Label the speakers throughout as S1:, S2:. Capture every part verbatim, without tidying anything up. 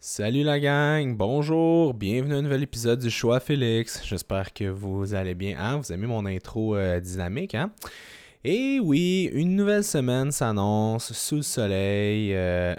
S1: Salut la gang, bonjour, bienvenue à un nouvel épisode du Choix Félix. J'espère que vous allez bien. Hein? Vous aimez mon intro euh, dynamique, hein? Et oui, une nouvelle semaine s'annonce sous le soleil. euh,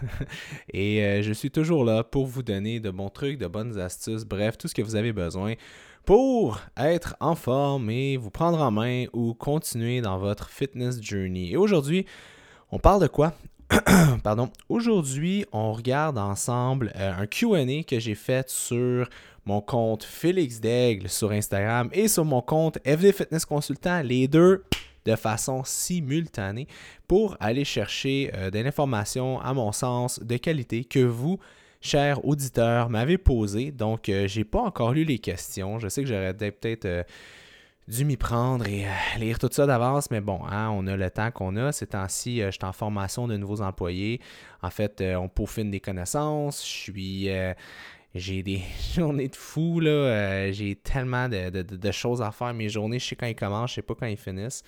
S1: Et euh, je suis toujours là pour vous donner de bons trucs, de bonnes astuces, bref, tout ce que vous avez besoin pour être en forme et vous prendre en main ou continuer dans votre fitness journey. Et aujourd'hui, on parle de quoi? Pardon. Aujourd'hui, on regarde ensemble euh, un Q and A que j'ai fait sur mon compte Félix Daigle sur Instagram et sur mon compte F D Fitness Consultant, les deux de façon simultanée pour aller chercher euh, de l'information, à mon sens, de qualité que vous, chers auditeurs, m'avez posé. Donc, euh, j'ai pas encore lu les questions. Je sais que j'aurais peut-être... euh, dû m'y prendre et euh, lire tout ça d'avance, mais bon, hein, on a le temps qu'on a. Ces temps-ci, euh, je suis en formation de nouveaux employés. En fait, euh, on peaufine des connaissances. Je suis... euh, j'ai des journées de fou, là. Euh, j'ai tellement de, de, de, de choses à faire. Mes journées, je sais quand ils commencent, je sais pas quand ils finissent.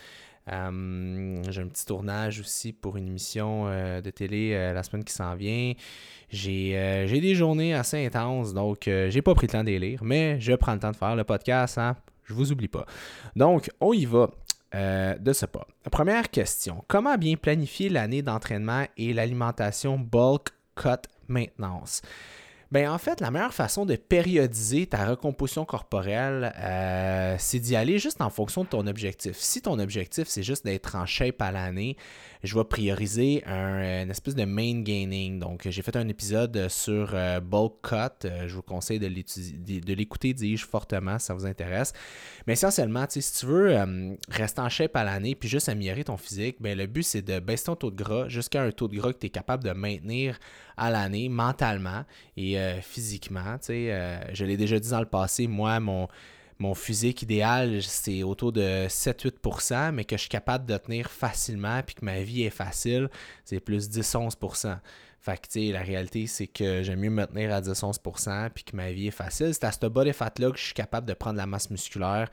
S1: Euh, j'ai un petit tournage aussi pour une émission euh, de télé euh, la semaine qui s'en vient. J'ai, euh, j'ai des journées assez intenses, donc euh, j'ai pas pris le temps de les lire, mais je prends le temps de faire le podcast, hein. Je vous oublie pas. Donc, on y va euh, de ce pas. Première question. Comment bien planifier l'année d'entraînement et l'alimentation bulk cut maintenance? Ben, en fait, la meilleure façon de périodiser ta recomposition corporelle, euh, c'est d'y aller juste en fonction de ton objectif. Si ton objectif, c'est juste d'être en shape à l'année, je vais prioriser un, une espèce de main gaining. Donc, j'ai fait un épisode sur euh, bulk cut. Euh, je vous conseille de, de l'écouter, dis-je fortement, si ça vous intéresse. Mais essentiellement, si tu veux euh, rester en shape à l'année puis juste améliorer ton physique, ben, le but, c'est de baisser ton taux de gras jusqu'à un taux de gras que tu es capable de maintenir à l'année mentalement et euh, physiquement. Euh, je l'ai déjà dit dans le passé, moi, mon, mon physique idéal, c'est autour de sept à huit pour cent, mais que je suis capable de tenir facilement puis que ma vie est facile, c'est plus dix à onze pour cent. Fait que, tu sais, la réalité, c'est que j'aime mieux me tenir à dix à onze pour cent puis que ma vie est facile. C'est à ce body fat-là que je suis capable de prendre la masse musculaire.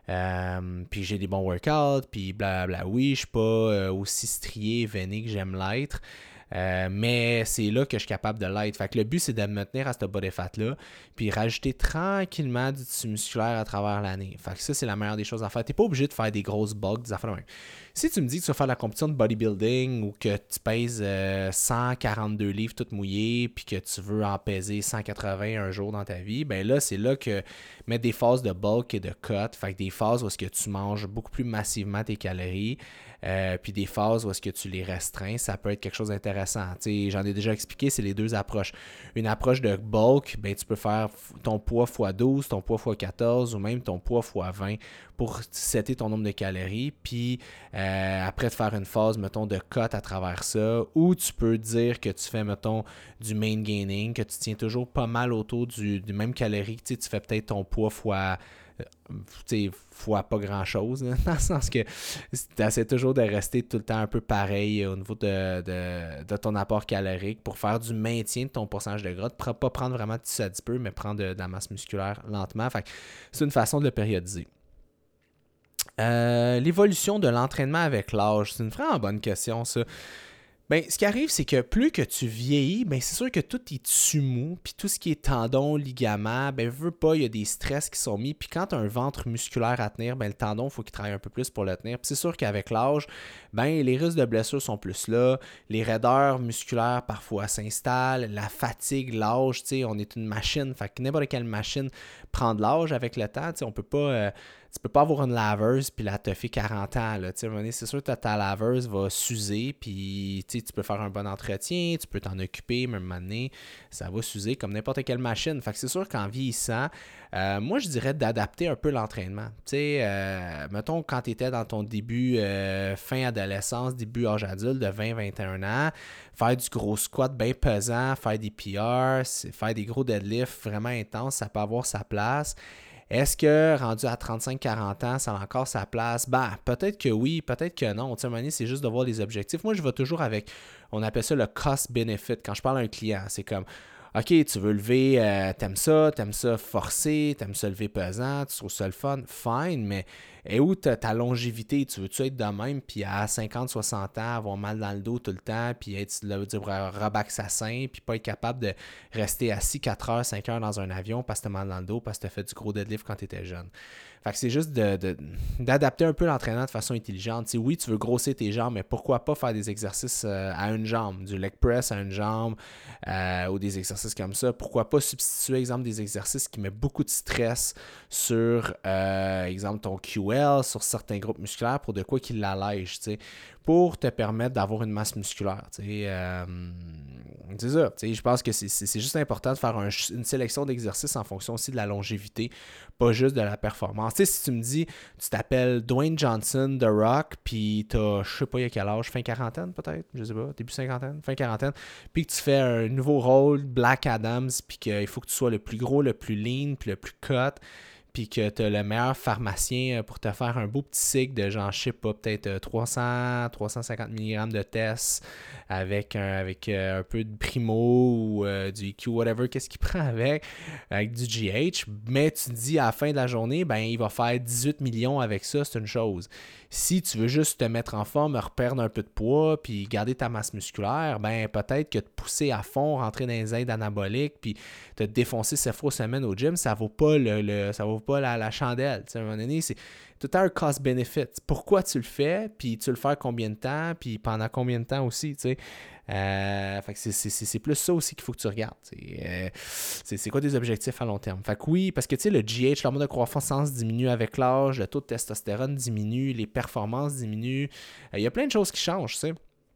S1: Euh, puis j'ai des bons workouts, puis blablabla. Oui, je suis pas euh, aussi strié, veiné que j'aime l'être. Euh, mais c'est là que je suis capable de l'être. Fait que le but, c'est de me tenir à ce body fat-là, puis rajouter tranquillement du tissu musculaire à travers l'année. Fait que ça, c'est la meilleure des choses à faire. T'es pas obligé de faire des grosses bulks, des affaires de même. Si tu me dis que tu vas faire de la compétition de bodybuilding ou que tu pèses euh, cent quarante-deux livres tout mouillé, puis que tu veux en peser cent quatre-vingts un jour dans ta vie, ben là, c'est là que mettre des phases de bulk et de cut, fait que des phases où est-ce que tu manges beaucoup plus massivement tes calories, euh, puis des phases où est-ce que tu les restreins, ça peut être quelque chose d'intéressant. T'sais, j'en ai déjà expliqué, c'est les deux approches. Une approche de bulk, ben, tu peux faire ton poids fois douze, ton poids fois quatorze ou même ton poids fois vingt pour setter ton nombre de calories, puis euh, après de faire une phase, mettons, de cut à travers ça, ou tu peux dire que tu fais, mettons, du main gaining, que tu tiens toujours pas mal autour du, du même calorie, tu sais, tu fais peut-être ton poids fois... tu sais, fois pas grand chose, là, dans le sens que tu essaies toujours de rester tout le temps un peu pareil au niveau de, de, de ton apport calorique pour faire du maintien de ton pourcentage de gras, de pas prendre vraiment de tissu adipeux, mais prendre de, de la masse musculaire lentement. Fait que c'est une façon de le périodiser. Euh, l'évolution de l'entraînement avec l'âge, c'est une vraiment bonne question, ça. Ben, ce qui arrive, c'est que plus que tu vieillis, ben, c'est sûr que tout est tissu mou, puis tout ce qui est tendon, ligament, ben, veux pas, il y a des stress qui sont mis, puis quand tu as un ventre musculaire à tenir, ben, le tendon, il faut qu'il travaille un peu plus pour le tenir. Puis c'est sûr qu'avec l'âge, ben, les risques de blessures sont plus là, les raideurs musculaires parfois s'installent, la fatigue, l'âge, tu sais, on est une machine, fait que n'importe quelle machine prend de l'âge avec le temps, tu sais, on peut pas... Euh, tu peux pas avoir une laveuse puis la te fait quarante ans. Là. C'est sûr que ta laveuse va s'user puis tu peux faire un bon entretien, tu peux t'en occuper, mais à un moment donné, ça va s'user comme n'importe quelle machine. Fait que c'est sûr qu'en vieillissant, euh, moi je dirais d'adapter un peu l'entraînement. Euh, mettons quand tu étais dans ton début euh, fin adolescence, début âge adulte de vingt à vingt et un ans, faire du gros squat bien pesant, faire des P R, faire des gros deadlifts vraiment intenses, ça peut avoir sa place. Est-ce que rendu à trente-cinq à quarante ans, ça a encore sa place? Ben, peut-être que oui, peut-être que non. Tu sais, à un moment donné, c'est juste de voir les objectifs. Moi, je vais toujours avec, on appelle ça le cost-benefit. Quand je parle à un client, c'est comme, OK, tu veux lever, euh, t'aimes ça, t'aimes ça forcer, t'aimes ça lever pesant, tu trouves ça le fun, fine, mais Et où ta, ta longévité, tu veux-tu être de même, puis à cinquante soixante ans, avoir mal dans le dos tout le temps, puis être là, dire, rebaxassin, puis pas être capable de rester assis quatre heures, cinq heures dans un avion parce que t'as mal dans le dos, parce que t'as fait du gros deadlift quand t'étais jeune. Fait que c'est juste de, de, d'adapter un peu l'entraînement de façon intelligente. T'sais, oui, tu veux grossir tes jambes, mais pourquoi pas faire des exercices euh, à une jambe, du leg press à une jambe euh, ou des exercices comme ça. Pourquoi pas substituer, exemple, des exercices qui mettent beaucoup de stress sur, euh, exemple, ton Q L, sur certains groupes musculaires pour de quoi qu'ils l'allègent, tu sais, pour te permettre d'avoir une masse musculaire. Euh, c'est ça. Je pense que c'est, c'est, c'est juste important de faire un, une sélection d'exercices en fonction aussi de la longévité, pas juste de la performance. Tu sais, si tu me dis, tu t'appelles Dwayne Johnson, The Rock, puis t'as, je sais pas, il y a quel âge, fin quarantaine peut-être, je sais pas, début cinquantaine, fin quarantaine, puis que tu fais un nouveau rôle, Black Adams, puis qu'il faut que tu sois le plus gros, le plus lean, puis le plus cut, puis que tu as le meilleur pharmacien pour te faire un beau petit cycle de genre, je sais pas, peut-être trois cents à trois cent cinquante milligrammes de test avec un, avec un peu de Primo ou euh, du E Q, whatever, qu'est-ce qu'il prend avec, avec du G H, mais tu te dis à la fin de la journée, ben il va faire dix-huit millions avec ça, c'est une chose. Si tu veux juste te mettre en forme, reperdre un peu de poids, puis garder ta masse musculaire, ben peut-être que te pousser à fond, rentrer dans les aides anaboliques, puis te défoncer sept fois semaine au gym, ça vaut pas le, le ça vaut pas la, la chandelle. T'sais, à un moment donné, c'est tout un cost-benefit. Pourquoi tu le fais, puis tu le fais combien de temps, puis pendant combien de temps aussi, tu sais. Euh, fait que c'est, c'est, c'est plus ça aussi qu'il faut que tu regardes. Euh, c'est, c'est quoi tes objectifs à long terme? Fait que oui, parce que tu sais, le G H, l'hormone de croissance diminue avec l'âge, le taux de testostérone diminue, les performances diminuent. Il euh, y a plein de choses qui changent, tu sais.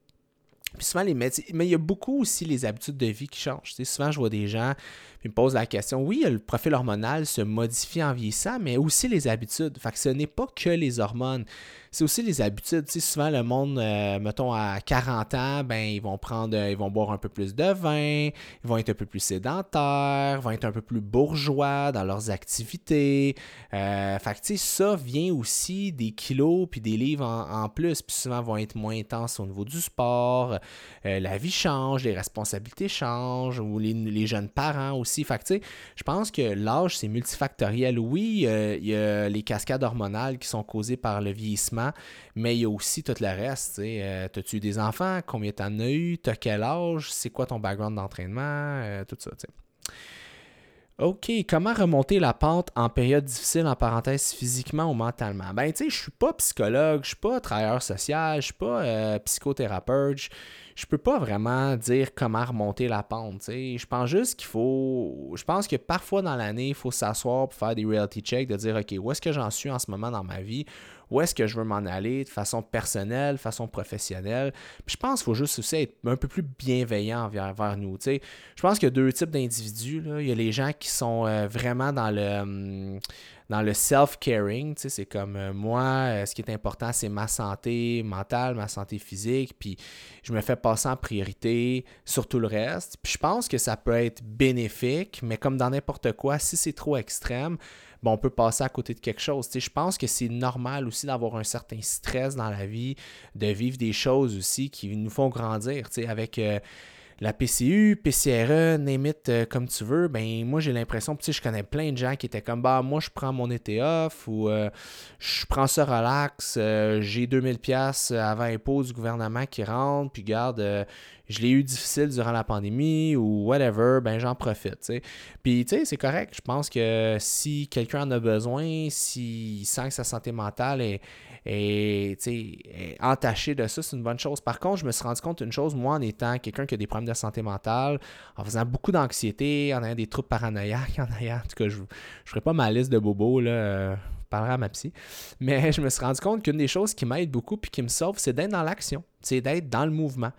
S1: Puis souvent, les métiers, mais il y a beaucoup aussi les habitudes de vie qui changent. Tu sais, souvent, je vois des gens qui me posent la question, oui, le profil hormonal se modifie en vieillissant, mais aussi les habitudes. Fait que ce n'est pas que les hormones, c'est aussi les habitudes. Tu sais, souvent, le monde, euh, mettons, à quarante ans, ben ils vont prendre, euh, ils vont boire un peu plus de vin, ils vont être un peu plus sédentaires, vont être un peu plus bourgeois dans leurs activités. Euh, fait que, tu sais, ça vient aussi des kilos puis des livres en, en plus, puis souvent, vont être moins intenses au niveau du sport. Euh, la vie change, les responsabilités changent, ou les, les jeunes parents aussi. Fait que, tu sais, je pense que l'âge, c'est multifactoriel. Oui, euh, il y a les cascades hormonales qui sont causées par le vieillissement, mais il y a aussi tout le reste. Euh, T'as-tu eu des enfants? Combien t'en as eu? T'as quel âge? C'est quoi ton background d'entraînement? Euh, tout ça, tu sais. OK, comment remonter la pente en période difficile, en parenthèse, physiquement ou mentalement? Ben, tu sais, je suis pas psychologue, je suis pas travailleur social, je suis pas euh, psychothérapeute, je, je peux pas vraiment dire comment remonter la pente, tu sais. Je pense juste qu'il faut... Je pense que parfois dans l'année, il faut s'asseoir pour faire des reality checks, de dire, OK, où est-ce que j'en suis en ce moment dans ma vie? Où est-ce que je veux m'en aller de façon personnelle, de façon professionnelle? Puis je pense qu'il faut juste aussi être un peu plus bienveillant envers, envers nous. Tu sais, je pense qu'il y a deux types d'individus, là. Il y a les gens qui sont euh, vraiment dans le, hum, dans le self-caring. Tu sais, c'est comme euh, moi, euh, ce qui est important, c'est ma santé mentale, ma santé physique. Puis je me fais passer en priorité sur tout le reste. Puis je pense que ça peut être bénéfique, mais comme dans n'importe quoi, si c'est trop extrême, bon, on peut passer à côté de quelque chose. Tu sais, je pense que c'est normal aussi d'avoir un certain stress dans la vie, de vivre des choses aussi qui nous font grandir. Tu sais, avec euh, la P C U, P C R E, name it euh, comme tu veux, ben moi j'ai l'impression, tu sais, je connais plein de gens qui étaient comme, bah moi je prends mon été off ou euh, je prends ça relax, euh, j'ai deux mille dollars avant impôt du gouvernement qui rentre, puis garde, euh, je l'ai eu difficile durant la pandémie ou whatever, ben j'en profite, tu sais. Puis, tu sais, c'est correct. Je pense que si quelqu'un en a besoin, s'il sent que sa santé mentale est, est, est entachée de ça, c'est une bonne chose. Par contre, je me suis rendu compte d'une chose, moi, en étant quelqu'un qui a des problèmes de santé mentale, en faisant beaucoup d'anxiété, en ayant des troubles paranoïaques, en ayant, en tout cas, je ne ferai pas ma liste de bobos, là, euh, je parlerai à ma psy, mais je me suis rendu compte qu'une des choses qui m'aide beaucoup puis qui me sauve, c'est d'être dans l'action, c'est d'être dans le mouvement.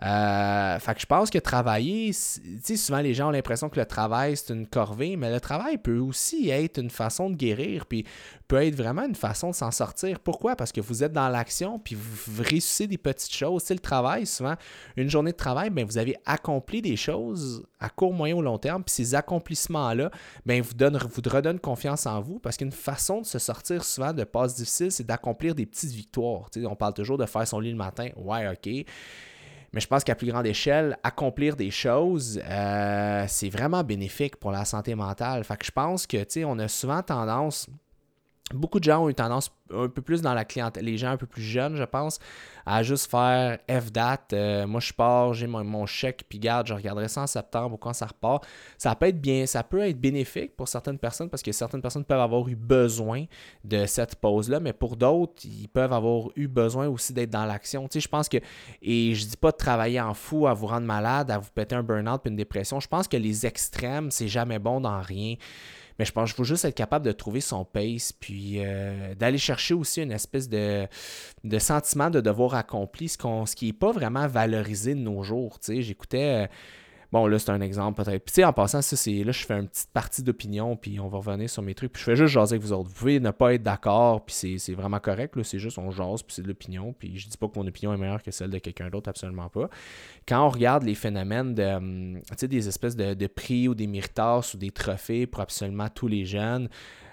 S1: Euh, fait que je pense que travailler, tu sais, souvent les gens ont l'impression que le travail c'est une corvée, mais le travail peut aussi être une façon de guérir, puis peut être vraiment une façon de s'en sortir. Pourquoi? Parce que vous êtes dans l'action, puis vous, vous réussissez des petites choses. Tu sais, le travail, souvent, une journée de travail, bien, vous avez accompli des choses à court, moyen ou long terme, puis ces accomplissements-là, bien, vous, donnent, vous redonnent confiance en vous, parce qu'une façon de se sortir souvent de passes difficiles, c'est d'accomplir des petites victoires. Tu sais, on parle toujours de faire son lit le matin. Ouais, OK. Mais je pense qu'à plus grande échelle, accomplir des choses, euh, c'est vraiment bénéfique pour la santé mentale. Fait que je pense que, tu sais, on a souvent tendance Beaucoup de gens ont eu tendance un peu plus dans la clientèle, les gens un peu plus jeunes, je pense, à juste faire F date. Euh, moi, je pars, j'ai mon, mon chèque, puis garde, je regarderai ça en septembre ou quand ça repart. Ça peut être bien, ça peut être bénéfique pour certaines personnes parce que certaines personnes peuvent avoir eu besoin de cette pause-là, mais pour d'autres, ils peuvent avoir eu besoin aussi d'être dans l'action. Tu sais, je pense que, et je dis pas de travailler en fou, à vous rendre malade, à vous péter un burn-out puis une dépression. Je pense que les extrêmes, c'est jamais bon dans rien. Mais je pense qu'il faut juste être capable de trouver son pace, puis euh, d'aller chercher aussi une espèce de, de sentiment de devoir accompli, ce, qu'on, ce qui n'est pas vraiment valorisé de nos jours. Tu sais, j'écoutais... Euh, Bon, là, c'est un exemple peut-être. Puis, tu sais, en passant, ça, c'est là, je fais une petite partie d'opinion, puis on va revenir sur mes trucs. Puis, je fais juste jaser avec vous autres. Vous pouvez ne pas être d'accord, puis c'est, c'est vraiment correct. Là, c'est juste, on jase, puis c'est de l'opinion. Puis, je dis pas que mon opinion est meilleure que celle de quelqu'un d'autre, absolument pas. Quand on regarde les phénomènes de, hum, tu sais, des espèces de, de prix ou des méritas ou des trophées pour absolument tous les jeunes,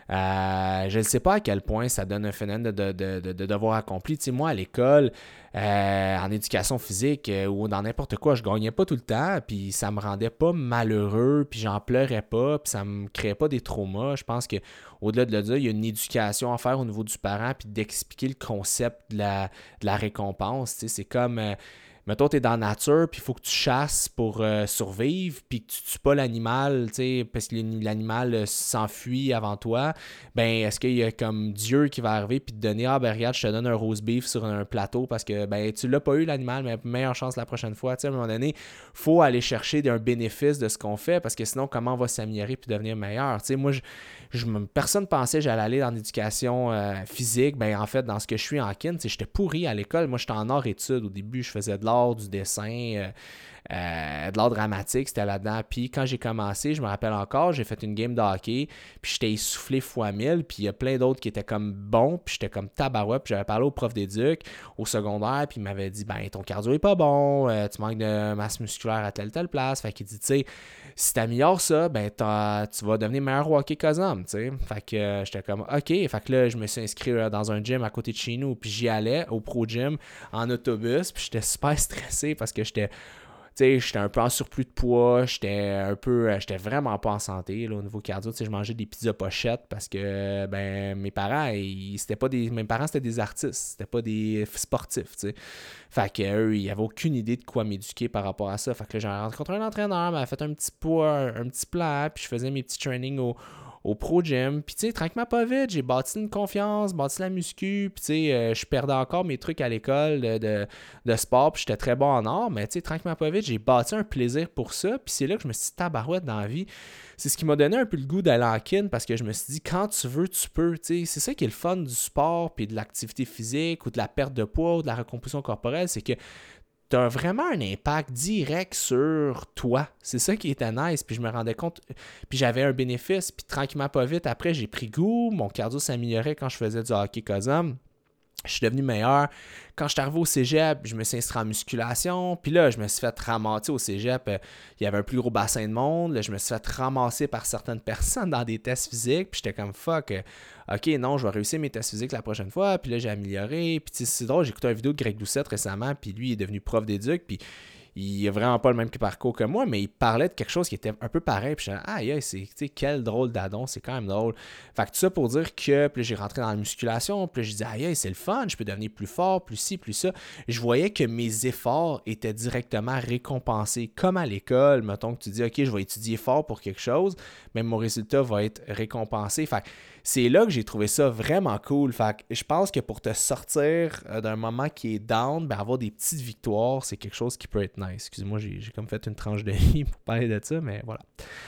S1: Euh, je ne sais pas à quel point ça donne un phénomène de, de, de, de, de devoir accompli. Tu sais, moi, à l'école, euh, en éducation physique euh, ou dans n'importe quoi, je gagnais pas tout le temps, puis ça me rendait pas malheureux, puis j'en pleurais pas, puis ça me créait pas des traumas. Je pense qu'au-delà de le dire, il y a une éducation à faire au niveau du parent, puis d'expliquer le concept de la, de la récompense. Tu sais, c'est comme... Euh, mettons, tu es dans la nature, puis il faut que tu chasses pour euh, survivre, puis que tu tues pas l'animal, tu sais, parce que l'animal euh, s'enfuit avant toi. Ben, est-ce qu'il y a comme Dieu qui va arriver puis te donner, ah ben regarde, je te donne un roast beef sur un plateau parce que ben tu l'as pas eu l'animal, mais meilleure chance la prochaine fois. Tu sais, à un moment donné, faut aller chercher un bénéfice de ce qu'on fait parce que sinon, comment on va s'améliorer puis devenir meilleur? Tu sais, moi, je, je, personne pensait que j'allais aller dans l'éducation euh, physique. Ben, en fait, dans ce que je suis en kin, tu sais, j'étais pourri à l'école. Moi, j'étais en art-études. Au début, je faisais de l'art, du dessin, euh, euh, de l'art dramatique, c'était là-dedans. Puis quand j'ai commencé, je me rappelle encore, j'ai fait une game de hockey, puis j'étais essoufflé fois mille, puis il y a plein d'autres qui étaient comme bons, puis j'étais comme tabarouette, puis j'avais parlé au prof d'éduc au secondaire, puis il m'avait dit, ben ton cardio est pas bon, euh, tu manques de masse musculaire à telle telle place. Fait qu'il dit, tu sais, si t'améliores ça, ben tu vas devenir meilleur au hockey qu'aux hommes, tu sais. Fait que euh, j'étais comme, ok. Fait que là, je me suis inscrit euh, dans un gym à côté de chez nous, puis j'y allais au Pro Gym en autobus, puis j'étais super stressé parce que j'étais tu sais, j'étais un peu en surplus de poids, j'étais un peu, j'étais vraiment pas en santé là, au niveau cardio. Tu sais, je mangeais des pizzas pochettes parce que ben mes parents, ils, c'était pas des, mes parents c'était des artistes, c'était pas des sportifs, tu sais. Fait qu'eux, ils avaient aucune idée de quoi m'éduquer par rapport à ça. Fait que là, j'ai rencontré un entraîneur, m'avait fait un petit poids, un, un petit plan, puis je faisais mes petits trainings au au Pro Gym, puis tu sais, tranquillement pas vite, j'ai bâti une confiance, bâti la muscu, puis tu sais, euh, je perdais encore mes trucs à l'école de, de, de sport, puis j'étais très bon en art, mais tu sais, tranquillement pas vite, j'ai bâti un plaisir pour ça, puis c'est là que je me suis dit, tabarouette dans la vie, c'est ce qui m'a donné un peu le goût d'aller en kin, parce que je me suis dit, quand tu veux, tu peux, tu sais, c'est ça qui est le fun du sport, puis de l'activité physique, ou de la perte de poids, ou de la recomposition corporelle, c'est que tu as vraiment un impact direct sur toi. C'est ça qui était nice. Puis je me rendais compte, puis j'avais un bénéfice. Puis tranquillement, pas vite, après, j'ai pris goût. Mon cardio s'améliorait quand je faisais du hockey cosum. Je suis devenu meilleur. Quand je suis arrivé au cégep, je me suis inscrit en musculation. Puis là, je me suis fait ramasser au cégep. Euh, il y avait un plus gros bassin de monde. Là, je me suis fait ramasser par certaines personnes dans des tests physiques. Puis j'étais comme fuck. Euh, ok, non, je vais réussir mes tests physiques la prochaine fois. Puis là, j'ai amélioré. Puis c'est drôle, j'ai écouté une vidéo de Greg Doucette récemment. Puis lui, il est devenu prof d'éduc. Puis il a vraiment pas le même parcours que moi, mais il parlait de quelque chose qui était un peu pareil. Puis je disais, ah, yeah, c'est, tu sais, quel drôle d'adon, c'est quand même drôle. Fait que tout ça pour dire que, puis là, j'ai rentré dans la musculation, puis là, je disais, ah, yeah, c'est le fun, je peux devenir plus fort, plus ci, plus ça. Je voyais que mes efforts étaient directement récompensés. Comme à l'école, mettons que tu dis, ok, je vais étudier fort pour quelque chose, mais mon résultat va être récompensé. Fait que c'est là que j'ai trouvé ça vraiment cool. Fait que je pense que pour te sortir d'un moment qui est down, ben avoir des petites victoires, c'est quelque chose qui peut être nice. Excusez-moi, j'ai, j'ai comme fait une tranche de vie pour parler de ça, mais voilà.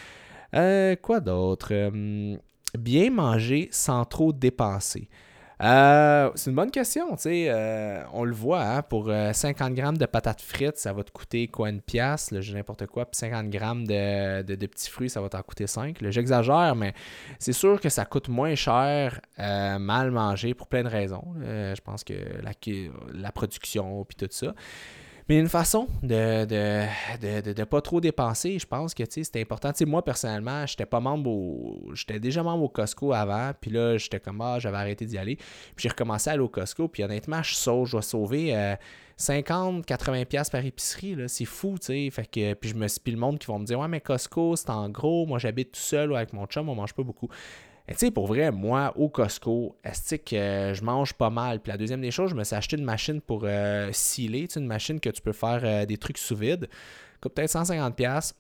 S1: Euh, quoi d'autre? Euh, bien manger sans trop dépenser. Euh, c'est une bonne question, tu sais, euh, on le voit, hein, pour euh, cinquante grammes de patates frites, ça va te coûter quoi, une pièce, là, j'ai n'importe quoi, puis cinquante grammes de, de, de petits fruits, ça va t'en coûter cinq, là, j'exagère, mais c'est sûr que ça coûte moins cher euh, mal manger pour plein de raisons, euh, je pense que la, la production, puis tout ça. Mais une façon de de, de, de, de pas trop dépenser, je pense que c'est important. T'sais, moi, personnellement, j'étais pas membre au. J'étais déjà membre au Costco avant, puis là, j'étais comme ah, j'avais arrêté d'y aller. Puis j'ai recommencé à aller au Costco, puis honnêtement, je sauve, je dois sauver euh, cinquante à quatre-vingts piastres par épicerie, là. C'est fou, tu sais. Fait que, puis je me suis puis le monde qui vont me dire ouais, mais Costco, c'est en gros, moi j'habite tout seul ou avec mon chum, on mange pas beaucoup. Mais tu sais, pour vrai, moi, au Costco, est-ce que euh, je mange pas mal. Puis la deuxième des choses, je me suis acheté une machine pour euh, sealer, tu sais, une machine que tu peux faire euh, des trucs sous vide. Coûte peut-être cent cinquante dollars.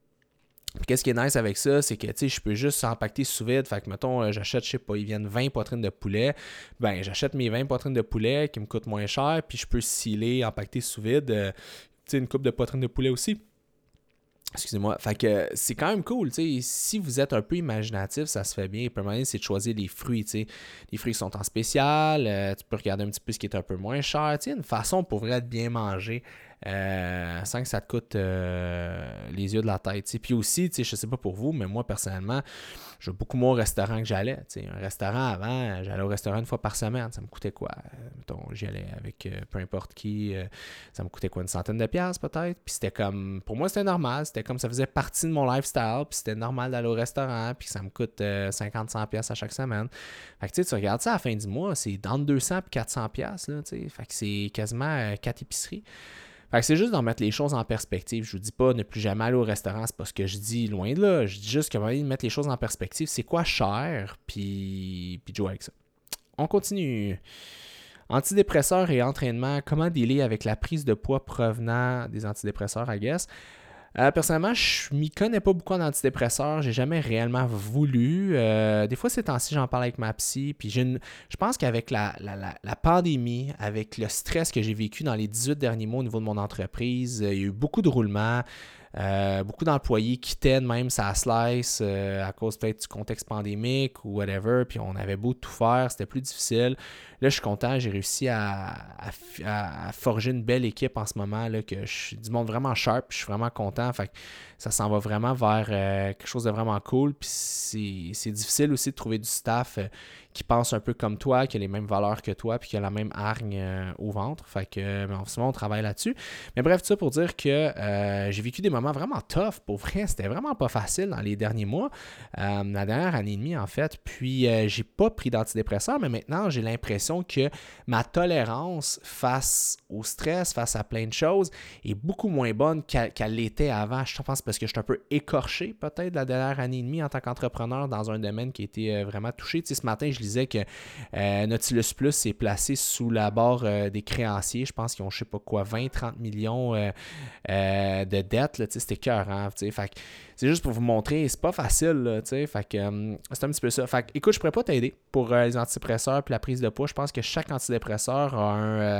S1: Puis qu'est-ce qui est nice avec ça, c'est que, tu sais, je peux juste empaqueter sous vide. Fait que, mettons, euh, j'achète, je sais pas, ils viennent vingt poitrines de poulet. Ben, j'achète mes vingt poitrines de poulet qui me coûtent moins cher, puis je peux sealer, empaqueter sous vide, euh, tu sais, une coupe de poitrines de poulet aussi. Excusez-moi. Fait que c'est quand même cool, tu sais. Si vous êtes un peu imaginatif, ça se fait bien. Le premier moyen, c'est de choisir les fruits, tu sais. Les fruits qui sont en spécial, euh, tu peux regarder un petit peu ce qui est un peu moins cher. Tu sais, une façon pour vrai de bien manger euh, sans que ça te coûte euh, les yeux de la tête, tu sais. Puis aussi, tu sais, je sais pas pour vous, mais moi, personnellement, je vais beaucoup moins au restaurant que j'allais. Tu sais, un restaurant avant, j'allais au restaurant une fois par semaine. Ça me coûtait quoi? Euh, mettons, j'y allais avec euh, peu importe qui. Euh, ça me coûtait quoi? Une centaine de piastres peut-être? Puis c'était comme... Pour moi, c'était normal. C'était comme ça faisait partie de mon lifestyle. Puis c'était normal d'aller au restaurant. Puis ça me coûte euh, cinquante à cent piastres à chaque semaine. Fait que tu sais, tu regardes ça à la fin du mois, c'est entre deux cents et quatre cents piastres. Là, tu sais. Fait que c'est quasiment euh, quatre épiceries. Fait que c'est juste d'en mettre les choses en perspective. Je vous dis pas ne plus jamais aller au restaurant, c'est pas ce que je dis, loin de là. Je dis juste que de mettre les choses en perspective, c'est quoi cher, puis, puis jouer avec ça. On continue. Antidépresseurs et entraînement, comment dealer avec la prise de poids provenant des antidépresseurs, I guess. Euh, personnellement, je m'y connais pas beaucoup en antidépresseurs. J'ai jamais réellement voulu. Euh, des fois, ces temps-ci, j'en parle avec ma psy. Puis j'ai une... je pense qu'avec la, la, la, la pandémie, avec le stress que j'ai vécu dans les dix-huit derniers mois au niveau de mon entreprise, il y a eu beaucoup de roulements. Euh, beaucoup d'employés quittaient même sa slice euh, à cause peut-être du contexte pandémique ou whatever, puis on avait beau tout faire, c'était plus difficile. Là, je suis content, j'ai réussi à, à, à forger une belle équipe en ce moment, là, que je suis du monde vraiment sharp, je suis vraiment content, fait que ça s'en va vraiment vers euh, quelque chose de vraiment cool, puis c'est, c'est difficile aussi de trouver du staff euh, qui pense un peu comme toi, qui a les mêmes valeurs que toi, puis qui a la même hargne euh, au ventre, fait que euh, en ce moment, on travaille là-dessus. Mais bref, tout ça pour dire que euh, j'ai vécu des moments vraiment tough, pour vrai, c'était vraiment pas facile dans les derniers mois, euh, la dernière année et demie en fait, puis euh, j'ai pas pris d'antidépresseurs, mais maintenant j'ai l'impression que ma tolérance face au stress, face à plein de choses, est beaucoup moins bonne qu'elle, qu'elle l'était avant. Je pense parce que je suis un peu écorché peut-être la dernière année et demie en tant qu'entrepreneur dans un domaine qui a été euh, vraiment touché. Tu sais, ce matin, je lisais que euh, Nautilus Plus s'est placé sous la barre euh, des créanciers. Je pense qu'ils ont, je sais pas quoi, vingt à trente millions euh, euh, de dettes. Là, c'était écœurant. Fait que c'est juste pour vous montrer, c'est pas facile. Là, fait que euh, c'est un petit peu ça. Fait que, écoute, je pourrais pas t'aider pour euh, les antidépresseurs et la prise de poids. Je pense que chaque antidépresseur a un... Euh,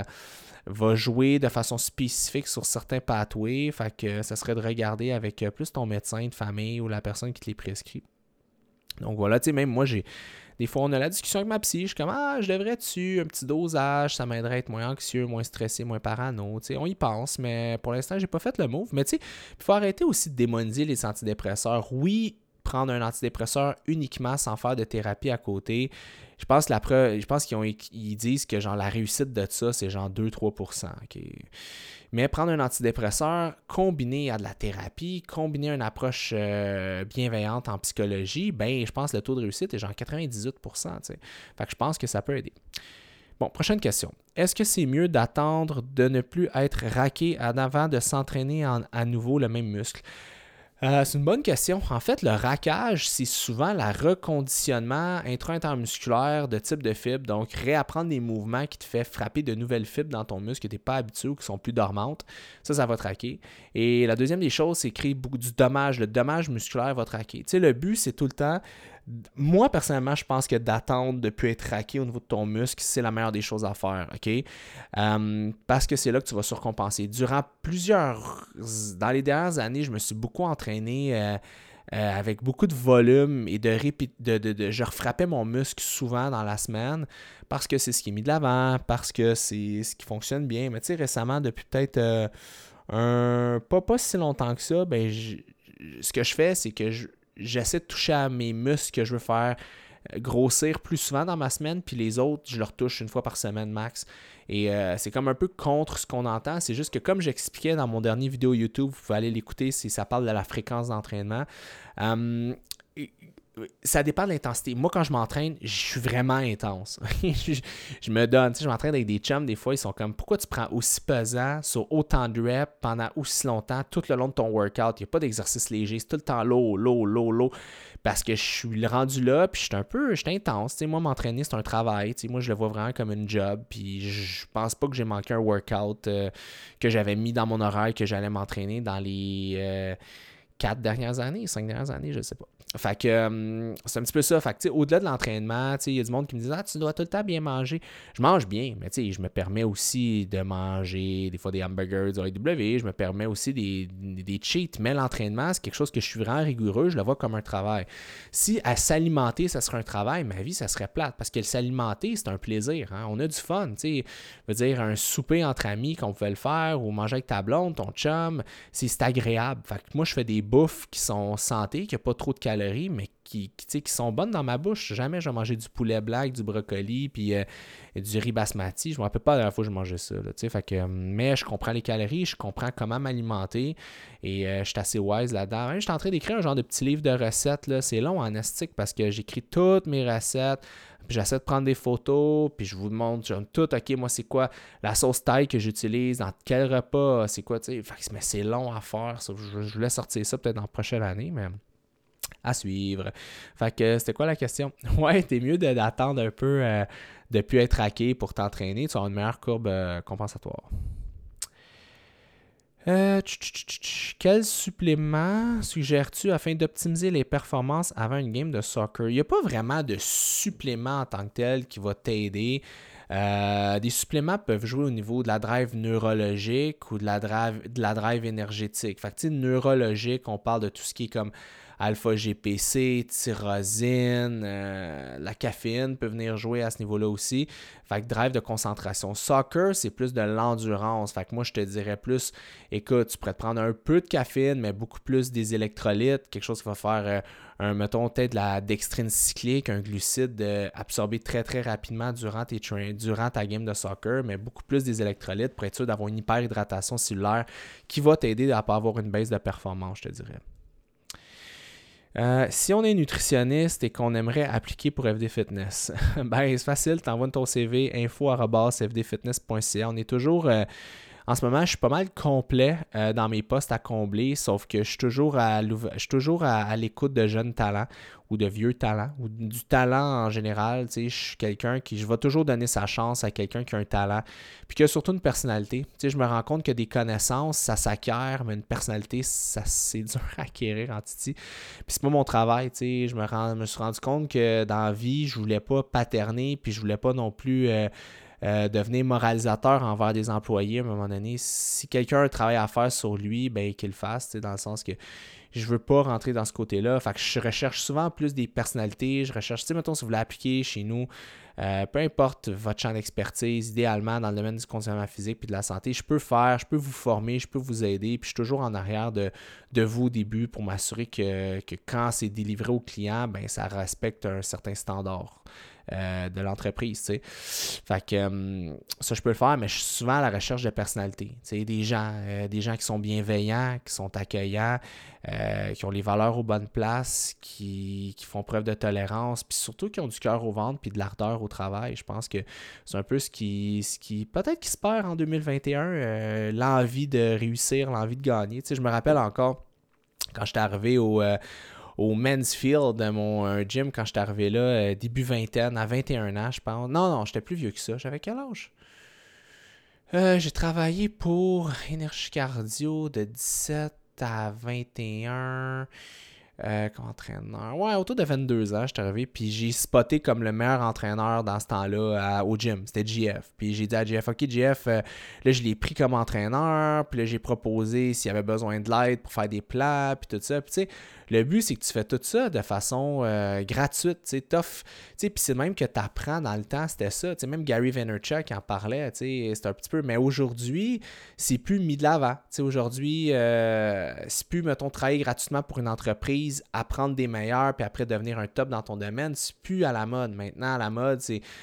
S1: va jouer de façon spécifique sur certains pathways. Fait que ça serait de regarder avec plus ton médecin de famille ou la personne qui te les prescrit. Donc voilà, tu sais, même moi, j'ai des fois, on a la discussion avec ma psy. Je suis comme, ah, je devrais-tu un petit dosage, ça m'aiderait à être moins anxieux, moins stressé, moins parano. Tu sais, on y pense, mais pour l'instant, j'ai pas fait le move. Mais tu sais, il faut arrêter aussi de démoniser les antidépresseurs. Oui, prendre un antidépresseur uniquement sans faire de thérapie à côté. Je pense, la preuve, je pense qu'ils ont, ils disent que genre la réussite de ça, c'est genre deux à trois pour cent. Okay? Mais prendre un antidépresseur combiné à de la thérapie, combiné à une approche euh, bienveillante en psychologie, ben je pense que le taux de réussite est genre quatre-vingt-dix-huit pour cent. T'sais. Fait que je pense que ça peut aider. Bon, prochaine question. Est-ce que c'est mieux d'attendre de ne plus être raqué avant de s'entraîner en, à nouveau le même muscle? Euh, c'est une bonne question. En fait, le raquage, c'est souvent le reconditionnement intra-intermusculaire de type de fibre. Donc, réapprendre des mouvements qui te fait frapper de nouvelles fibres dans ton muscle que tu n'es pas habitué ou qui sont plus dormantes. Ça, ça va te raquer. Et la deuxième des choses, c'est créer beaucoup du dommage. Le dommage musculaire va te raquer. Tu sais, le but, c'est tout le temps... Moi, personnellement, je pense que d'attendre de ne plus être raqué au niveau de ton muscle, c'est la meilleure des choses à faire, OK? Euh, parce que c'est là que tu vas surcompenser. Durant plusieurs... Dans les dernières années, je me suis beaucoup entraîné euh, euh, avec beaucoup de volume et de, répé... de, de, de... Je refrappais mon muscle souvent dans la semaine parce que c'est ce qui est mis de l'avant, parce que c'est ce qui fonctionne bien. Mais tu sais, récemment, depuis peut-être euh, un... Pas, pas si longtemps que ça, ben, je... ce que je fais, c'est que je... j'essaie de toucher à mes muscles que je veux faire grossir plus souvent dans ma semaine, puis les autres, je leur touche une fois par semaine max. Et euh, c'est comme un peu contre ce qu'on entend. C'est juste que comme j'expliquais dans mon dernier vidéo YouTube, vous pouvez aller l'écouter si ça parle de la fréquence d'entraînement. Euh, ça dépend de l'intensité. Moi, quand je m'entraîne, je suis vraiment intense. je, je me donne. Tu sais, je m'entraîne avec des chums, des fois, ils sont comme, pourquoi tu prends aussi pesant sur autant de reps pendant aussi longtemps, tout le long de ton workout? Il n'y a pas d'exercice léger, c'est tout le temps low, low, low, low. Parce que je suis rendu là, puis je suis un peu, je suis intense. Tu sais, moi, m'entraîner, c'est un travail. Tu sais, moi, je le vois vraiment comme une job, puis je pense pas que j'ai manqué un workout euh, que j'avais mis dans mon horaire, que j'allais m'entraîner dans les euh, quatre dernières années, cinq dernières années, je sais pas. Fait que euh, c'est un petit peu ça. Fait que, au-delà de l'entraînement, il y a du monde qui me dit « Ah, tu dois tout le temps bien manger. » Je mange bien, mais je me permets aussi de manger des fois des hamburgers du A E W. Je me permets aussi des, des cheats. Mais l'entraînement, c'est quelque chose que je suis vraiment rigoureux. Je le vois comme un travail. Si à s'alimenter, ça serait un travail, ma vie, ça serait plate. Parce que s'alimenter, c'est un plaisir. Hein? On a du fun. Je veux dire, un souper entre amis qu'on pouvait le faire ou manger avec ta blonde, ton chum, c'est, c'est agréable. Fait que moi, je fais des bouffes qui sont santé, qui n'ont pas trop de calories, mais qui, qui, qui sont bonnes dans ma bouche. Jamais je vais manger du poulet black, du brocoli, puis euh, du riz basmati. Je ne me rappelle pas la dernière fois que je mangeais ça. Là, fait que, mais je comprends les calories, je comprends comment m'alimenter et euh, je suis assez wise là-dedans. Je suis en train d'écrire un genre de petit livre de recettes. Là. C'est long en astique parce que j'écris toutes mes recettes. Puis j'essaie de prendre des photos, puis je vous montre genre, tout, OK, moi, c'est quoi la sauce thaï que j'utilise, dans quel repas, c'est quoi, tu sais. Mais c'est long à faire, ça. Je, je voulais sortir ça peut-être dans la prochaine année, mais à suivre. Fait que c'était quoi la question? Ouais, t'es mieux de, d'attendre un peu, euh, de ne plus être hacké pour t'entraîner. Tu vas avoir une meilleure courbe euh, compensatoire. Euh, tch, tch, tch, tch. Quel supplément suggères-tu afin d'optimiser les performances avant une game de soccer? Il n'y a pas vraiment de supplément en tant que tel qui va t'aider. Euh, des suppléments peuvent jouer au niveau de la drive neurologique ou de la drive, de la drive énergétique. Fait que, tu sais, neurologique, on parle de tout ce qui est comme alpha-G P C, tyrosine, euh, la caféine peut venir jouer à ce niveau-là aussi. Fait que drive de concentration. Soccer, c'est plus de l'endurance. Fait que moi, je te dirais plus, écoute, tu pourrais te prendre un peu de caféine, mais beaucoup plus des électrolytes, quelque chose qui va faire, euh, un, mettons, peut-être de la dextrine cyclique, un glucide euh, absorbé très, très rapidement durant, tes tra- durant ta game de soccer, mais beaucoup plus des électrolytes pour être sûr d'avoir une hyperhydratation cellulaire qui va t'aider à ne pas avoir une baisse de performance, je te dirais. Euh, si on est nutritionniste et qu'on aimerait appliquer pour F D Fitness, ben c'est facile, tu envoies ton C V info arobase f d fitness point c a. On est toujours, euh, en ce moment, je suis pas mal complet euh, dans mes postes à combler, sauf que je suis toujours à, je suis toujours à, à l'écoute de jeunes talents ou de vieux talents ou du talent en général. Tu sais, je suis quelqu'un qui, je vais toujours donner sa chance à quelqu'un qui a un talent puis qui a surtout une personnalité. Tu sais, je me rends compte que des connaissances, ça s'acquiert, mais une personnalité, ça, c'est dur à acquérir en titi. Puis c'est pas mon travail, tu sais, je me, rends, me suis rendu compte que dans la vie, je voulais pas paterner puis je voulais pas non plus... Euh, Euh, devenir moralisateur envers des employés à un moment donné. Si quelqu'un a un travail à faire sur lui, ben qu'il le fasse, dans le sens que je veux pas rentrer dans ce côté-là. Fait que je recherche souvent plus des personnalités. Je recherche, tu sais, mettons, si vous voulez appliquer chez nous, euh, peu importe votre champ d'expertise, idéalement dans le domaine du conditionnement physique et de la santé, je peux faire, je peux vous former, je peux vous aider, puis je suis toujours en arrière de, de vous au début pour m'assurer que, que quand c'est délivré au client, ben ça respecte un certain standard. Euh, de l'entreprise, tu sais. Fait que euh, ça, je peux le faire, mais je suis souvent à la recherche de personnalités. Tu sais, des gens, euh, des gens qui sont bienveillants, qui sont accueillants, euh, qui ont les valeurs aux bonnes places, qui, qui font preuve de tolérance, puis surtout qui ont du cœur au ventre puis de l'ardeur au travail. Je pense que c'est un peu ce qui, ce qui peut-être qui se perd en deux mille vingt et un, euh, l'envie de réussir, l'envie de gagner. Tu sais, je me rappelle encore quand j'étais arrivé au... Euh, au Mansfield, mon un gym, quand j'étais arrivé là, euh, début vingtaine, à vingt et un ans, je pense. Non, non, j'étais plus vieux que ça. J'avais quel âge? Euh, j'ai travaillé pour Énergie Cardio de dix-sept à vingt et un. Euh, comme entraîneur. Ouais, autour de vingt-deux ans, je suis arrivé, puis j'ai spoté comme le meilleur entraîneur dans ce temps-là à, au gym. C'était J F. Puis j'ai dit à J F, OK, J F, euh, là, je l'ai pris comme entraîneur, puis là, j'ai proposé s'il y avait besoin de l'aide pour faire des plats, puis tout ça. Puis tu sais, le but, c'est que tu fais tout ça de façon euh, gratuite, tu sais, tough. Tu sais, puis c'est même que tu apprends dans le temps, c'était ça. Tu sais, même Gary Vaynerchuk en parlait, tu sais, c'est un petit peu... Mais aujourd'hui, c'est plus mis de l'avant. Tu sais, aujourd'hui, euh, c'est plus, mettons, travailler gratuitement pour une entreprise, apprendre des meilleurs, puis après devenir un top dans ton domaine, c'est plus à la mode. Maintenant, à la mode, c'est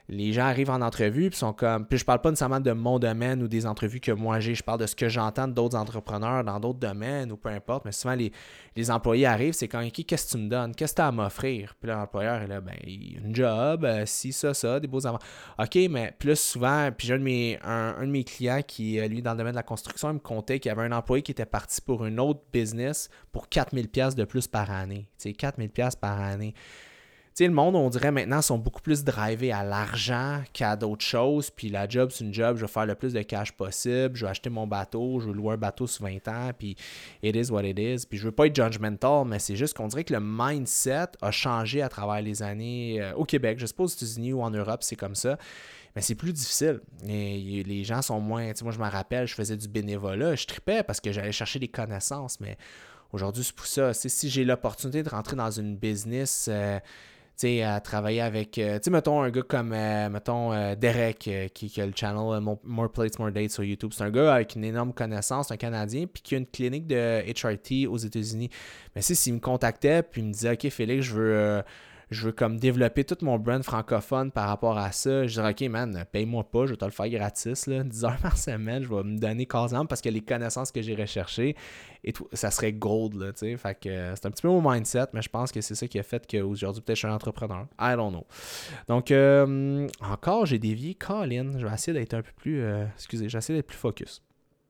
S1: les gens arrivent en entrevue puis sont comme... Puis je parle pas nécessairement de mon domaine ou des entrevues que moi j'ai, je parle de ce que j'entends d'autres entrepreneurs dans d'autres domaines ou peu importe, mais souvent les, les employés arrivent, c'est quand, OK, qu'est-ce que tu me donnes? Qu'est-ce que tu as à m'offrir? Puis l'employeur est là, ben, une job, euh, ci, ça, ça, des beaux enfants. OK, mais plus souvent, puis j'ai un de mes, un, un de mes clients qui, lui, dans le domaine de la construction, il me contait qu'il y avait un employé qui était parti pour une autre business pour quatre mille dollars de plus par année. Tu sais, quatre mille dollars par année. Tu sais, le monde, on dirait maintenant, sont beaucoup plus drivés à l'argent qu'à d'autres choses. Puis la job, c'est une job, je vais faire le plus de cash possible. Je vais acheter mon bateau, je vais louer un bateau sur vingt ans. Puis it is what it is. Puis je veux pas être judgmental, mais c'est juste qu'on dirait que le mindset a changé à travers les années euh, au Québec. Je sais pas aux États-Unis ou en Europe, c'est comme ça. Mais c'est plus difficile. Et les gens sont moins... Tu sais, moi, je me rappelle, je faisais du bénévolat. Je tripais parce que j'allais chercher des connaissances. Mais aujourd'hui, c'est pour ça. C'est, si j'ai l'opportunité de rentrer dans une business... Euh, tu sais, à travailler avec, euh, tu sais, mettons un gars comme, euh, mettons, euh, Derek, euh, qui, qui a le channel euh, More Plates, More Dates sur YouTube. C'est un gars avec une énorme connaissance, un Canadien, puis qui a une clinique de H R T aux États-Unis. Mais si, s'il me contactait, puis il me disait, OK, Félix, je veux... Euh, je veux comme développer tout mon brand francophone par rapport à ça. Je dirais, OK, man, paye-moi pas, je vais te le faire gratis, là, dix heures par semaine, je vais me donner quinze ans parce que les connaissances que j'ai recherchées, et tout, ça serait gold, là, tu sais. Fait que euh, c'est un petit peu mon mindset, mais je pense que c'est ça qui a fait qu'aujourd'hui, peut-être, je suis un entrepreneur. I don't know. Donc, euh, encore, j'ai dévié. Colin, je vais essayer d'être un peu plus... Euh, excusez, je vais essayer d'être plus focus.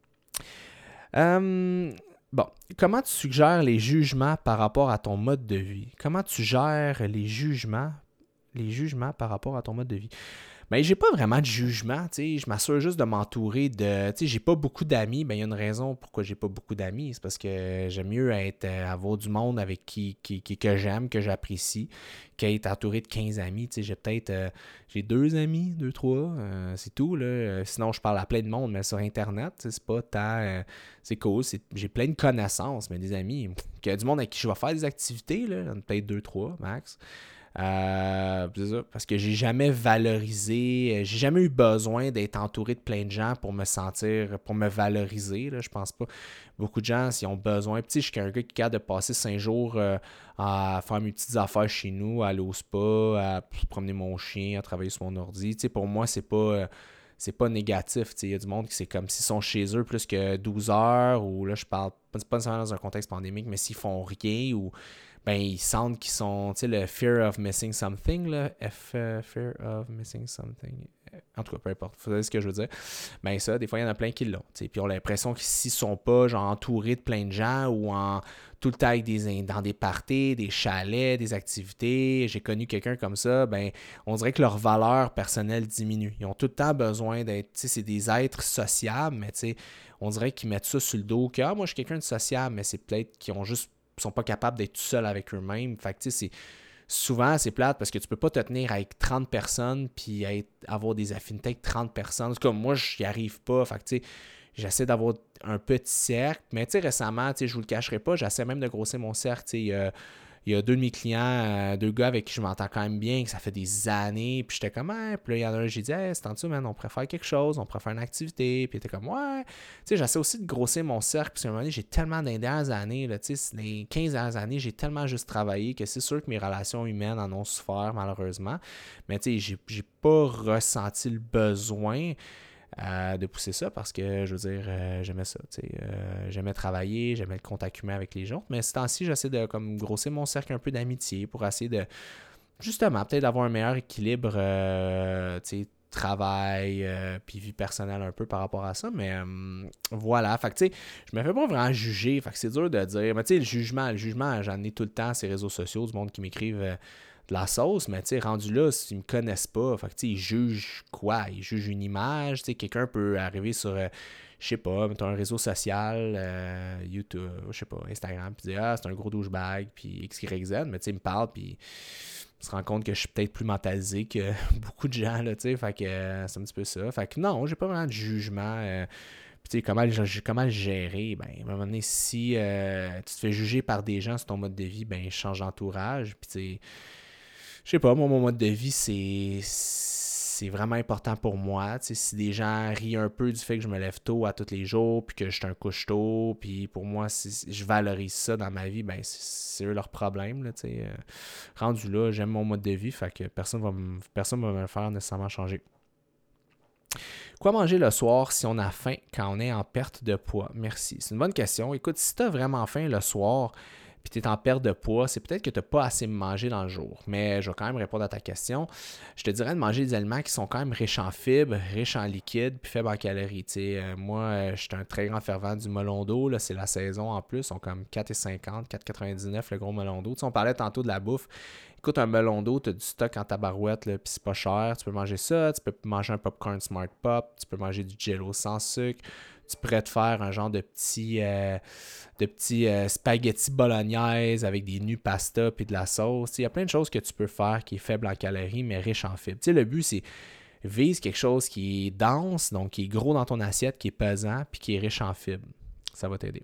S1: Euh... Bon, comment tu suggères les jugements par rapport à ton mode de vie? Comment tu gères les jugements, les jugements par rapport à ton mode de vie? Ben, j'ai pas vraiment de jugement, tu sais, je m'assure juste de m'entourer de, tu sais, j'ai pas beaucoup d'amis, ben il y a une raison pourquoi j'ai pas beaucoup d'amis, c'est parce que j'aime mieux être avoir du monde avec qui, qui, qui que j'aime, que j'apprécie, qu'être entouré de quinze amis, tu sais, j'ai peut-être euh, j'ai deux amis, deux trois, euh, c'est tout là, sinon je parle à plein de monde, mais sur internet, c'est pas tant euh, c'est cool, c'est, j'ai plein de connaissances, mais des amis, il y a du monde avec qui je vais faire des activités là, peut-être deux trois max. Euh, c'est ça, parce que j'ai jamais valorisé, j'ai jamais eu besoin d'être entouré de plein de gens pour me sentir, pour me valoriser. Là, je pense pas. Beaucoup de gens, s'ils ont besoin. Puis, je suis un gars qui est capable de passer cinq jours euh, à faire mes petites affaires chez nous, à aller au spa, à promener mon chien, à travailler sur mon ordi. Tu sais, pour moi, c'est pas. Euh, c'est pas négatif. Il y a du monde qui c'est comme s'ils sont chez eux plus que douze heures, ou là, je parle pas, pas nécessairement dans un contexte pandémique, mais s'ils font rien, ou ben ils sentent qu'ils sont, tu sais, le fear of missing something, là, F, uh, fear of missing something, en tout cas, peu importe, vous savez ce que je veux dire, ben ça, des fois, il y en a plein qui l'ont, tu sais, puis ils ont l'impression que s'ils sont pas, genre, entourés de plein de gens, ou en tout le temps avec des, dans des parties, des chalets, des activités, j'ai connu quelqu'un comme ça, ben on dirait que leur valeur personnelle diminue, ils ont tout le temps besoin d'être, tu sais, c'est des êtres sociables, mais tu sais, on dirait qu'ils mettent ça sur le dos, que, ah, moi, je suis quelqu'un de sociable, mais c'est peut-être qu'ils ont juste sont pas capables d'être tout seuls avec eux-mêmes. Fait que tu sais, c'est souvent c'est plate parce que tu peux pas te tenir avec trente personnes puis être, avoir des affinités avec trente personnes. Comme moi, je n'y arrive pas. Fait que tu sais, j'essaie d'avoir un petit cercle. Mais tu sais, récemment, tu sais, je vous le cacherai pas, j'essaie même de grossir mon cercle. Tu sais, euh, il y a deux de mes clients, euh, deux gars avec qui je m'entends quand même bien, que ça fait des années, puis j'étais comme, ouais, puis là, il y en a un, j'ai dit, hey, c'est en dessous, man, on pourrait faire quelque chose, on pourrait faire une activité, puis il était comme, ouais, tu sais, j'essaie aussi de grossir mon cercle, puis à un moment donné, j'ai tellement, dans les dernières années, là, tu sais, les quinze dernières années, j'ai tellement juste travaillé que c'est sûr que mes relations humaines en ont souffert, malheureusement, mais tu sais, j'ai, j'ai pas ressenti le besoin Euh, de pousser ça parce que, je veux dire, euh, j'aimais ça, tu sais, euh, j'aimais travailler, j'aimais le contact humain avec les gens, mais ce temps-ci, j'essaie de comme grossir mon cercle un peu d'amitié pour essayer de, justement, peut-être d'avoir un meilleur équilibre, euh, tu sais, travail, euh, puis vie personnelle un peu par rapport à ça, mais euh, voilà, fait que tu sais, je me fais pas vraiment juger, fait que c'est dur de dire, mais tu sais, le jugement, le jugement, j'en ai tout le temps, ces réseaux sociaux, du monde qui m'écrivent euh, de la sauce, mais tu sais, rendu là, s'ils me connaissent pas, fait que tu sais, ils jugent quoi? Ils jugent une image, tu sais, quelqu'un peut arriver sur, euh, je sais pas, mettons un réseau social, euh, YouTube, je sais pas, Instagram, puis dire, ah, c'est un gros douchebag, puis X, Y, Z, mais tu sais, il me parle, puis on se rend compte que je suis peut-être plus mentalisé que beaucoup de gens, là, tu sais, fait que euh, c'est un petit peu ça. Fait que non, j'ai pas vraiment de jugement, euh, puis tu sais, comment, comment le gérer, ben, à un moment donné, si euh, tu te fais juger par des gens sur ton mode de vie, ben, change d'entourage, puis tu sais, je sais pas, moi, mon mode de vie, c'est c'est vraiment important pour moi. T'sais, si des gens rient un peu du fait que je me lève tôt à tous les jours, puis que je suis un couche-tôt, puis pour moi, si je valorise ça dans ma vie, ben c'est, c'est eux leur problème. Là, euh, rendu là, j'aime mon mode de vie, fait que personne va me, personne va me le faire nécessairement changer. Quoi manger le soir si on a faim quand on est en perte de poids? Merci. C'est une bonne question. Écoute, si tu as vraiment faim le soir, puis tu es en perte de poids, c'est peut-être que tu n'as pas assez mangé dans le jour. Mais je vais quand même répondre à ta question. Je te dirais de manger des aliments qui sont quand même riches en fibres, riches en liquides, puis faibles en calories. Euh, moi, euh, je suis un très grand fervent du melon d'eau. Là, c'est la saison en plus. Ils sont comme quatre cinquante, quatre quatre-vingt-dix-neuf le gros melon d'eau. T'sais, on parlait tantôt de la bouffe. Écoute, un melon d'eau, tu as du stock en tabarouette, puis c'est pas cher. Tu peux manger ça, tu peux manger un popcorn Smart Pop, tu peux manger du Jell-O sans sucre. Tu pourrais te faire un genre de petit, euh, de petit euh, spaghetti bolognaise avec des nus pasta puis de la sauce. Il y a plein de choses que tu peux faire qui est faible en calories, mais riche en fibres. T'sais, le but, c'est vise quelque chose qui est dense, donc qui est gros dans ton assiette, qui est pesant, puis qui est riche en fibres. Ça va t'aider.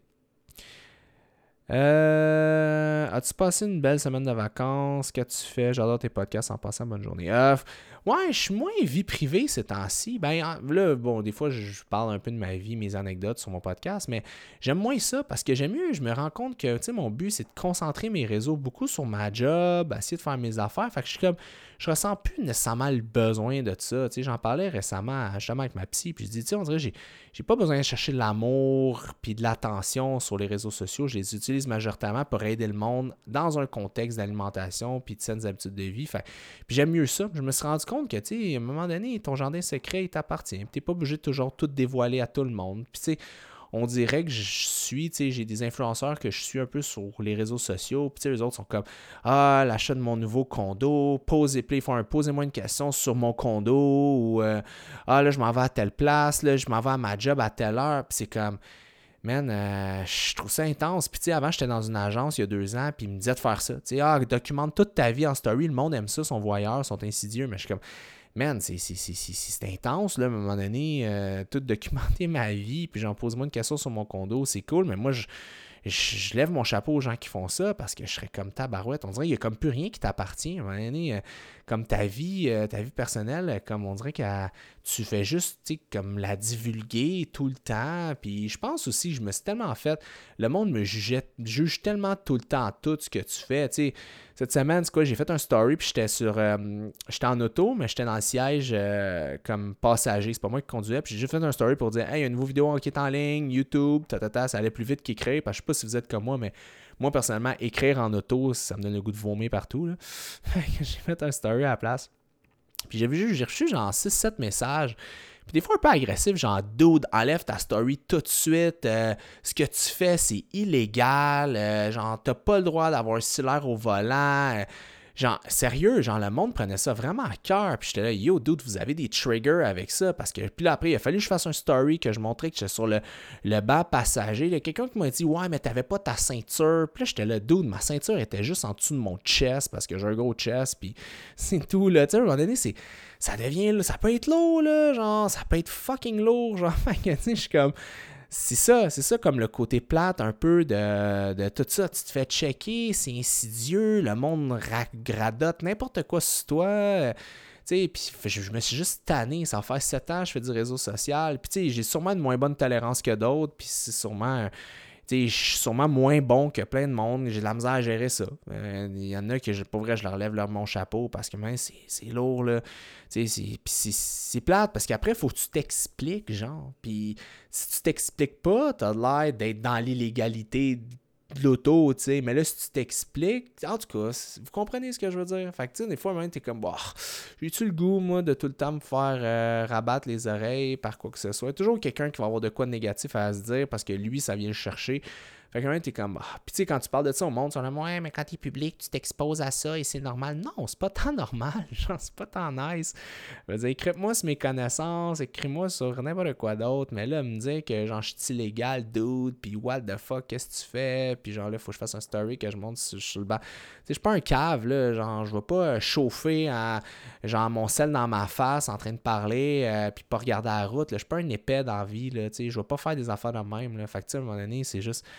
S1: Euh, as-tu passé une belle semaine de vacances? Qu'as-tu fait? J'adore tes podcasts en passant. Bonne journée. Euh, ouais, je suis moins vie privée ces temps-ci. Ben là, bon, des fois, je parle un peu de ma vie, mes anecdotes sur mon podcast, mais j'aime moins ça parce que j'aime mieux, je me rends compte que, tu sais, mon but, c'est de concentrer mes réseaux beaucoup sur ma job, essayer de faire mes affaires. Fait que je suis comme, je ressens plus nécessairement le besoin de ça. Tu sais, j'en parlais récemment, justement, avec ma psy, puis je dis, tu sais, on dirait, j'ai, j'ai pas besoin de chercher de l'amour puis de l'attention sur les réseaux sociaux. Je les utilise majoritairement pour aider le monde dans un contexte d'alimentation puis de saines habitudes de vie. Fait, puis j'aime mieux ça. Je me suis rendu compte que, tu sais, à un moment donné, ton jardin secret, il t'appartient. Tu n'es pas obligé de toujours tout dévoiler à tout le monde. Puis, tu sais, on dirait que je suis, tu sais, j'ai des influenceurs que je suis un peu sur les réseaux sociaux. Puis, tu sais, les autres sont comme, ah, l'achat de mon nouveau condo, posez, puis ils font un posez-moi une question sur mon condo, ou, euh, ah, là, je m'en vais à telle place, là, je m'en vais à ma job à telle heure. Puis, c'est comme, man, euh, je trouve ça intense. Puis, tu sais, avant, j'étais dans une agence il y a deux ans, puis ils me disaient de faire ça. Tu sais, ah, documente toute ta vie en story. Le monde aime ça, sont voyeurs, sont insidieux. Mais je suis comme, man, c'est, c'est, c'est, c'est, c'est intense, là, à un moment donné. Euh, tout documenter ma vie, puis j'en pose moi une question sur mon condo, c'est cool. Mais moi, je, je, je lève mon chapeau aux gens qui font ça parce que je serais comme tabarouette. On dirait qu'il n'y a comme plus rien qui t'appartient. À un moment donné, euh, comme ta vie, euh, ta vie personnelle, comme on dirait que tu fais juste, tu sais, comme la divulguer tout le temps. Puis je pense aussi, je me suis tellement fait, le monde me jugeait, juge tellement tout le temps tout ce que tu fais. Tu sais, cette semaine, c'est quoi, j'ai fait un story, puis j'étais sur, euh, j'étais en auto, mais j'étais dans le siège euh, comme passager. C'est pas moi qui conduisais, puis j'ai juste fait un story pour dire, hey, il y a une nouvelle vidéo qui est en ligne, YouTube, ta, ta, ta, ça allait plus vite qu'écrire, parce que je sais pas si vous êtes comme moi, mais moi, personnellement, écrire en auto, ça me donne le goût de vomir partout, là. J'ai fait un story à la place. Puis j'ai vu, j'ai reçu genre six sept messages. Puis des fois un peu agressif, genre « Dude, enlève ta story tout de suite. Euh, ce que tu fais, c'est illégal. Euh, genre, t'as pas le droit d'avoir un cellulaire au volant. Euh, » Genre, sérieux, genre, le monde prenait ça vraiment à cœur. Puis j'étais là, yo, dude, vous avez des triggers avec ça. Parce que, puis là, après, il a fallu que je fasse un story que je montrais que j'étais sur le, le banc passager. Il y a quelqu'un qui m'a dit, ouais, mais t'avais pas ta ceinture. Puis là, j'étais là, dude, ma ceinture était juste en dessous de mon chest parce que j'ai un gros chest. Puis c'est tout, là. Tu sais, à un moment donné, c'est, ça devient, ça peut être lourd, là. Genre, ça peut être fucking lourd. Genre, tu sais, je suis comme. C'est ça, c'est ça comme le côté plate un peu de, de tout ça. Tu te fais checker, c'est insidieux, le monde gradote n'importe quoi sur toi. Tu sais, puis je, je me suis juste tanné, ça fait sept ans que je fais du réseau social. Puis tu sais, j'ai sûrement une moins bonne tolérance que d'autres, puis c'est sûrement... Tu sais, je suis sûrement moins bon que plein de monde. J'ai de la misère à gérer ça. Il euh, y en a que, pour vrai, je leur lève leur, mon chapeau parce que, man, c'est, c'est lourd, là. Tu sais, c'est, c'est, c'est plate parce qu'après, il faut que tu t'expliques, genre. Puis si tu t'expliques pas, t'as l'air d'être dans l'illégalité de l'auto, tu sais. Mais là, si tu t'expliques, en tout cas, vous comprenez ce que je veux dire? Fait que, tu sais, des fois, même, t'es comme, bah, j'ai-tu le goût, moi, de tout le temps me faire euh, rabattre les oreilles par quoi que ce soit? Toujours quelqu'un qui va avoir de quoi de négatif à se dire parce que lui, ça vient le chercher. Fait que même, t'es comme, ah. Puis tu sais, quand tu parles de ça au monde, ils sont là, ouais, mais quand t'es public, tu t'exposes à ça et c'est normal. Non, c'est pas tant normal, genre, c'est pas tant nice. Je veux dire, écris-moi sur mes connaissances, écris-moi sur n'importe quoi d'autre, mais là, me dire que, genre, je suis illégal, dude, puis what the fuck, qu'est-ce que tu fais, puis genre, là, faut que je fasse un story que je monte sur, sur le banc. Tu sais, je suis pas un cave, là, genre, je vais pas chauffer, à, genre, mon sel dans ma face en train de parler, euh, puis pas regarder la route, là, je suis pas un épais dans la vie, là, tu sais, je vais pas faire des affaires de même, là. Fait que, tu sais, à un moment donné, c'est juste.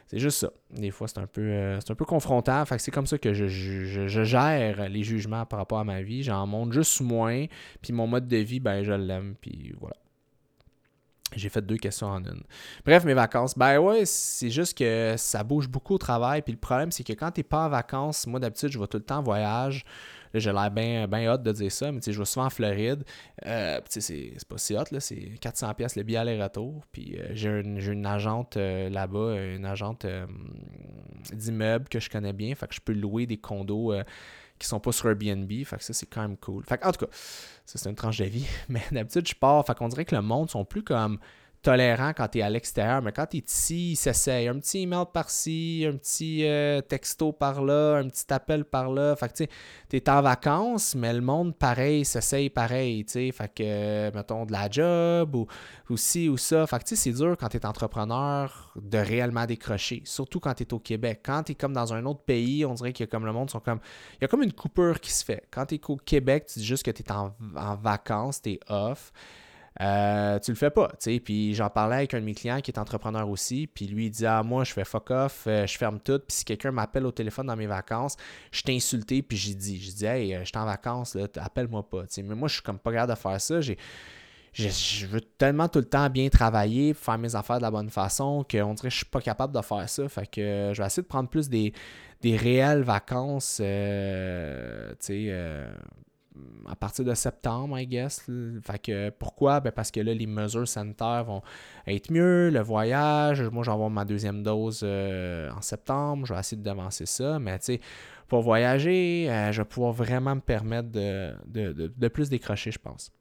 S1: C'est juste ça. Des fois, c'est un peu, euh, c'est un peu confrontant. Fait que c'est comme ça que je, je, je gère les jugements par rapport à ma vie. J'en monte juste moins. Puis mon mode de vie, ben je l'aime. Puis voilà. J'ai fait deux questions en une. Bref, mes vacances. Ben ouais, c'est juste que ça bouge beaucoup au travail. Puis le problème, c'est que quand t'es pas en vacances, moi d'habitude, je vais tout le temps en voyage. Là, j'ai l'air bien ben hot de dire ça, mais tu sais, je vais souvent en Floride. Euh, tu sais, c'est, c'est pas si hot, là. C'est quatre cents dollars le billet aller-retour. Puis euh, j'ai, une, j'ai une agente euh, là-bas, une agente euh, d'immeubles que je connais bien. Fait que je peux louer des condos euh, qui sont pas sur Airbnb. Fait que ça, c'est quand même cool. Fait que, en tout cas, ça, c'est une tranche de vie. Mais d'habitude, je pars. Fait qu'on dirait que le monde sont plus comme tolérants quand tu es à l'extérieur. Mais quand tu es ici, ils s'essayent. Un petit email par-ci, un petit euh, texto par-là, un petit appel par-là. Fait que, tu sais, tu es en vacances, mais le monde, pareil, s'essaye pareil, tu sais. Fait que, euh, mettons, de la job ou, ou ci ou ça. Fait que, tu sais, c'est dur quand tu es entrepreneur de réellement décrocher. Surtout quand tu es au Québec. Quand tu es comme dans un autre pays, on dirait que comme le monde sont comme... Il y a comme une coupure qui se fait. Quand tu es au Québec, tu dis juste que tu es en, en vacances, tu es off. Euh, tu le fais pas, tu sais. Puis j'en parlais avec un de mes clients qui est entrepreneur aussi, puis lui il dit ah moi je fais fuck off, euh, je ferme tout, puis si quelqu'un m'appelle au téléphone dans mes vacances, je t'ai insulté, puis j'ai dit, je dis hey, je suis en vacances là, appelle-moi pas, tu sais. Mais moi je suis comme pas capable de faire ça, j'ai je veux tellement tout le temps bien travailler, faire mes affaires de la bonne façon, qu'on dirait que je suis pas capable de faire ça. Fait que je vais essayer de prendre plus des, des réelles vacances, euh, tu sais, euh, à partir de septembre, I guess. Fait que pourquoi? Ben parce que là, les mesures sanitaires vont être mieux, le voyage. Moi, je vais avoir ma deuxième dose euh, en septembre. Je vais essayer de devancer ça. Mais tu sais, pour voyager, euh, je vais pouvoir vraiment me permettre de, de, de, de plus décrocher, je pense.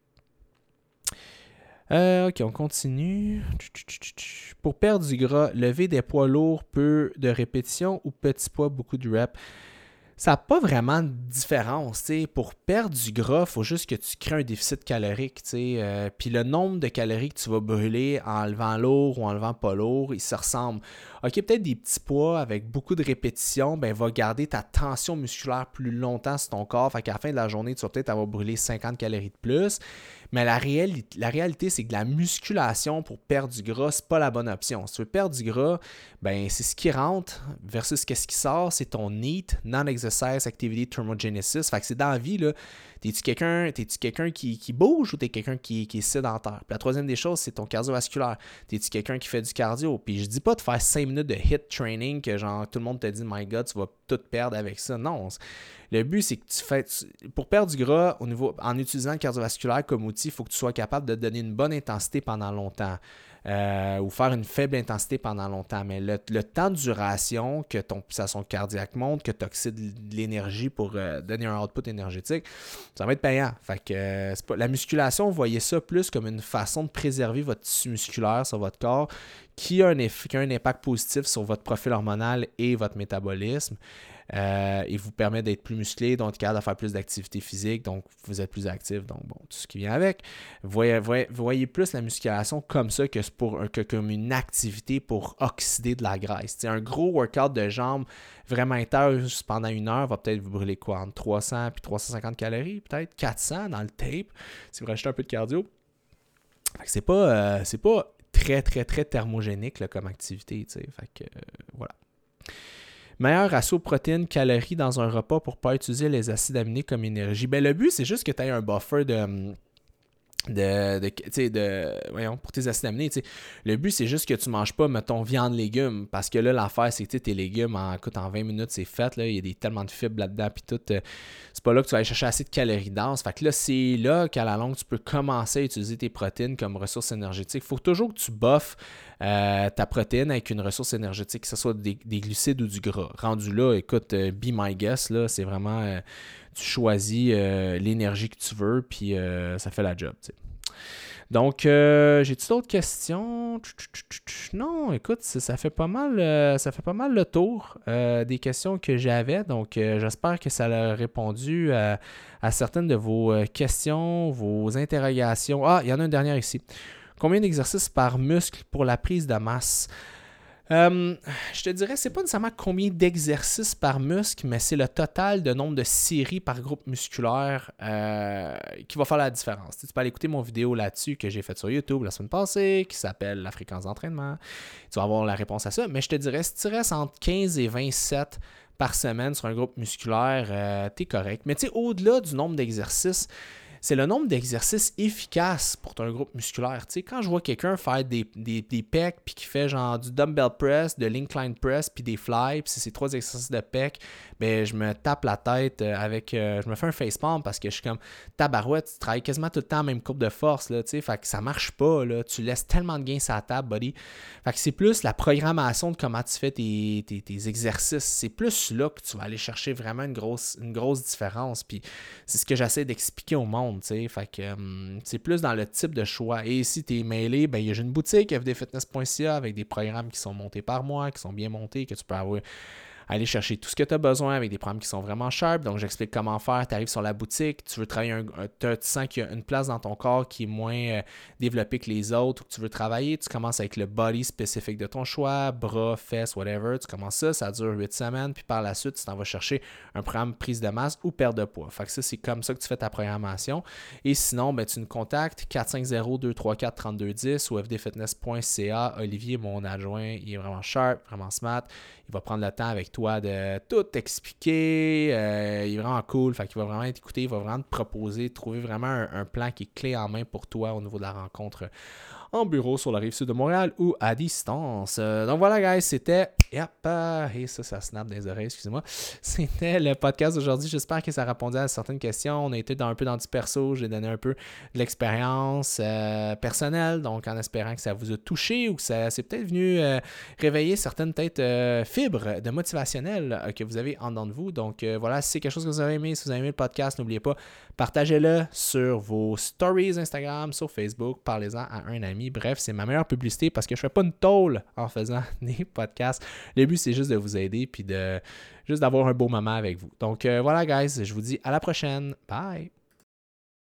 S1: Euh, ok, on continue. Pour perdre du gras, lever des poids lourds, peu de répétitions ou petits poids, beaucoup de reps? Ça n'a pas vraiment de différence. T'sais. Pour perdre du gras, il faut juste que tu crées un déficit calorique. Euh, Puis le nombre de calories que tu vas brûler en enlevant lourd ou en enlevant pas lourd, ils se ressemblent. OK, peut-être des petits poids avec beaucoup de répétitions, ben va garder ta tension musculaire plus longtemps sur ton corps. Fait qu'à la fin de la journée, tu vas peut-être avoir brûlé cinquante calories de plus. Mais la, réali- la réalité, c'est que la musculation pour perdre du gras, c'est pas la bonne option. Si tu veux perdre du gras, ben c'est ce qui rentre versus qu'est-ce qui sort, c'est ton N E A T, Non-Exercise Activity Thermogenesis. Fait que c'est dans la vie, là, t'es-tu quelqu'un, t'es-tu quelqu'un qui, qui bouge ou t'es quelqu'un qui, qui est sédentaire? Puis la troisième des choses, c'est ton cardiovasculaire. T'es-tu quelqu'un qui fait du cardio? Puis je dis pas de faire cinq minutes de hit training que genre tout le monde te dit « My God, tu vas tout perdre avec ça ». Non, le but, c'est que tu fais... Tu, pour perdre du gras, au niveau, en utilisant le cardiovasculaire comme outil, il faut que tu sois capable de donner une bonne intensité pendant longtemps. Euh, ou faire une faible intensité pendant longtemps. Mais le, le temps de duration que ton pulsation cardiaque monte, que tu oxydes de l'énergie pour euh, donner un output énergétique, ça va être payant. Fait que, euh, c'est pas, la musculation, vous voyez ça plus comme une façon de préserver votre tissu musculaire sur votre corps qui a un, eff- qui a un impact positif sur votre profil hormonal et votre métabolisme. Euh, il vous permet d'être plus musclé, donc capable de faire plus d'activité physique, donc vous êtes plus actif, donc bon, tout ce qui vient avec. Vous voyez, voyez, voyez plus la musculation comme ça que, pour, que comme une activité pour oxyder de la graisse. T'sais, un gros workout de jambes vraiment intense pendant une heure va peut-être vous brûler quoi, entre trois cents et trois cent cinquante calories, peut-être quatre cents dans le tape, si vous rajoutez un peu de cardio. Fait que c'est pas, euh, c'est pas très, très, très thermogénique là, comme activité. T'sais. Fait que euh, voilà. Meilleur ratio protéines-calories dans un repas pour ne pas utiliser les acides aminés comme énergie. Ben, le but, c'est juste que tu aies un buffer de... de, de, de voyons, pour tes acides aminés. T'sais. Le but, c'est juste que tu ne manges pas, mettons, viande, légumes. Parce que là, l'affaire, c'est que tes légumes, en, écoute, en vingt minutes, c'est fait. Là, il y a des, tellement de fibres là-dedans. Puis tout, euh, c'est pas là que tu vas aller chercher assez de calories denses. Fait que là, c'est là qu'à la longue, tu peux commencer à utiliser tes protéines comme ressource énergétique. Il faut toujours que tu buffes euh, ta protéine avec une ressource énergétique, que ce soit des, des glucides ou du gras. Rendu là, écoute, euh, be my guest, là, c'est vraiment... Euh, tu choisis euh, l'énergie que tu veux, puis euh, ça fait la job. T'sais. Donc, euh, j'ai-tu d'autres questions? Non, écoute, ça fait pas mal, euh, ça fait pas mal le tour euh, des questions que j'avais. Donc, euh, j'espère que ça a répondu à, à certaines de vos questions, vos interrogations. Ah, il y en a une dernière ici. Combien d'exercices par muscle pour la prise de masse? Euh, je te dirais, c'est pas nécessairement combien d'exercices par muscle, mais c'est le total de nombre de séries par groupe musculaire euh, qui va faire la différence. Tu peux aller écouter mon vidéo là-dessus que j'ai faite sur YouTube la semaine passée, qui s'appelle La fréquence d'entraînement. Tu vas avoir la réponse à ça. Mais je te dirais, si tu restes entre quinze et vingt-sept par semaine sur un groupe musculaire, euh, t'es correct. Mais tu sais, au-delà du nombre d'exercices, c'est le nombre d'exercices efficaces pour ton groupe musculaire. Tu sais, quand je vois quelqu'un faire des, des, des pecs, puis qui fait genre du dumbbell press, de l'incline press, puis des fly, puis c'est ces trois exercices de pecs, ben je me tape la tête avec, euh, je me fais un facepalm parce que je suis comme, tabarouette, tu travailles quasiment tout le temps la même courbe de force, là, tu sais, fait que ça marche pas, là, tu laisses tellement de gains sur la table, buddy. Fait que c'est plus la programmation de comment tu fais tes, tes, tes exercices, c'est plus là que tu vas aller chercher vraiment une grosse, une grosse différence, puis c'est ce que j'essaie d'expliquer au monde. T'sais. Fait que um, c'est plus dans le type de choix. Et si tu es mêlé, ben, j'ai une boutique f d fitness point c a avec des programmes qui sont montés par moi, qui sont bien montés, que tu peux avoir aller chercher tout ce que tu as besoin avec des programmes qui sont vraiment sharp. Donc, j'explique comment faire. Tu arrives sur la boutique, tu veux travailler, un, tu sens qu'il y a une place dans ton corps qui est moins euh, développée que les autres, ou que tu veux travailler. Tu commences avec le body spécifique de ton choix, bras, fesses, whatever. Tu commences ça, ça dure huit semaines. Puis par la suite, tu t'en vas chercher un programme prise de masse ou perte de poids. Fait que ça, c'est comme ça que tu fais ta programmation. Et sinon, ben, tu nous contactes quatre cinq zéro, deux trois quatre, trois deux un zéro ou f d fitness point c a. Olivier, mon adjoint, il est vraiment sharp, vraiment smart. Il va prendre le temps avec toi de tout expliquer. Euh, il est vraiment cool. Fait qu'il va vraiment t'écouter. Il va vraiment te proposer, trouver vraiment un, un plan qui est clé en main pour toi au niveau de la rencontre en bureau sur la rive sud de Montréal ou à distance. Euh, donc voilà, guys, c'était... Yep, euh, et ça, ça snap dans les oreilles, excusez-moi. C'était le podcast d'aujourd'hui. J'espère que ça répondait à certaines questions. On a été dans, un peu dans du perso. J'ai donné un peu de l'expérience euh, personnelle, donc en espérant que ça vous a touché ou que ça c'est peut-être venu euh, réveiller certaines peut-être euh, fibres de motivationnel euh, que vous avez en dedans de vous. Donc euh, voilà, si c'est quelque chose que vous avez aimé, si vous avez aimé le podcast, n'oubliez pas, partagez-le sur vos stories Instagram, sur Facebook, parlez-en à un ami. Bref, c'est ma meilleure publicité parce que je fais pas une tôle en faisant des podcasts. Le but, c'est juste de vous aider puis de juste d'avoir un beau moment avec vous. Donc euh, voilà, guys, je vous dis à la prochaine. Bye!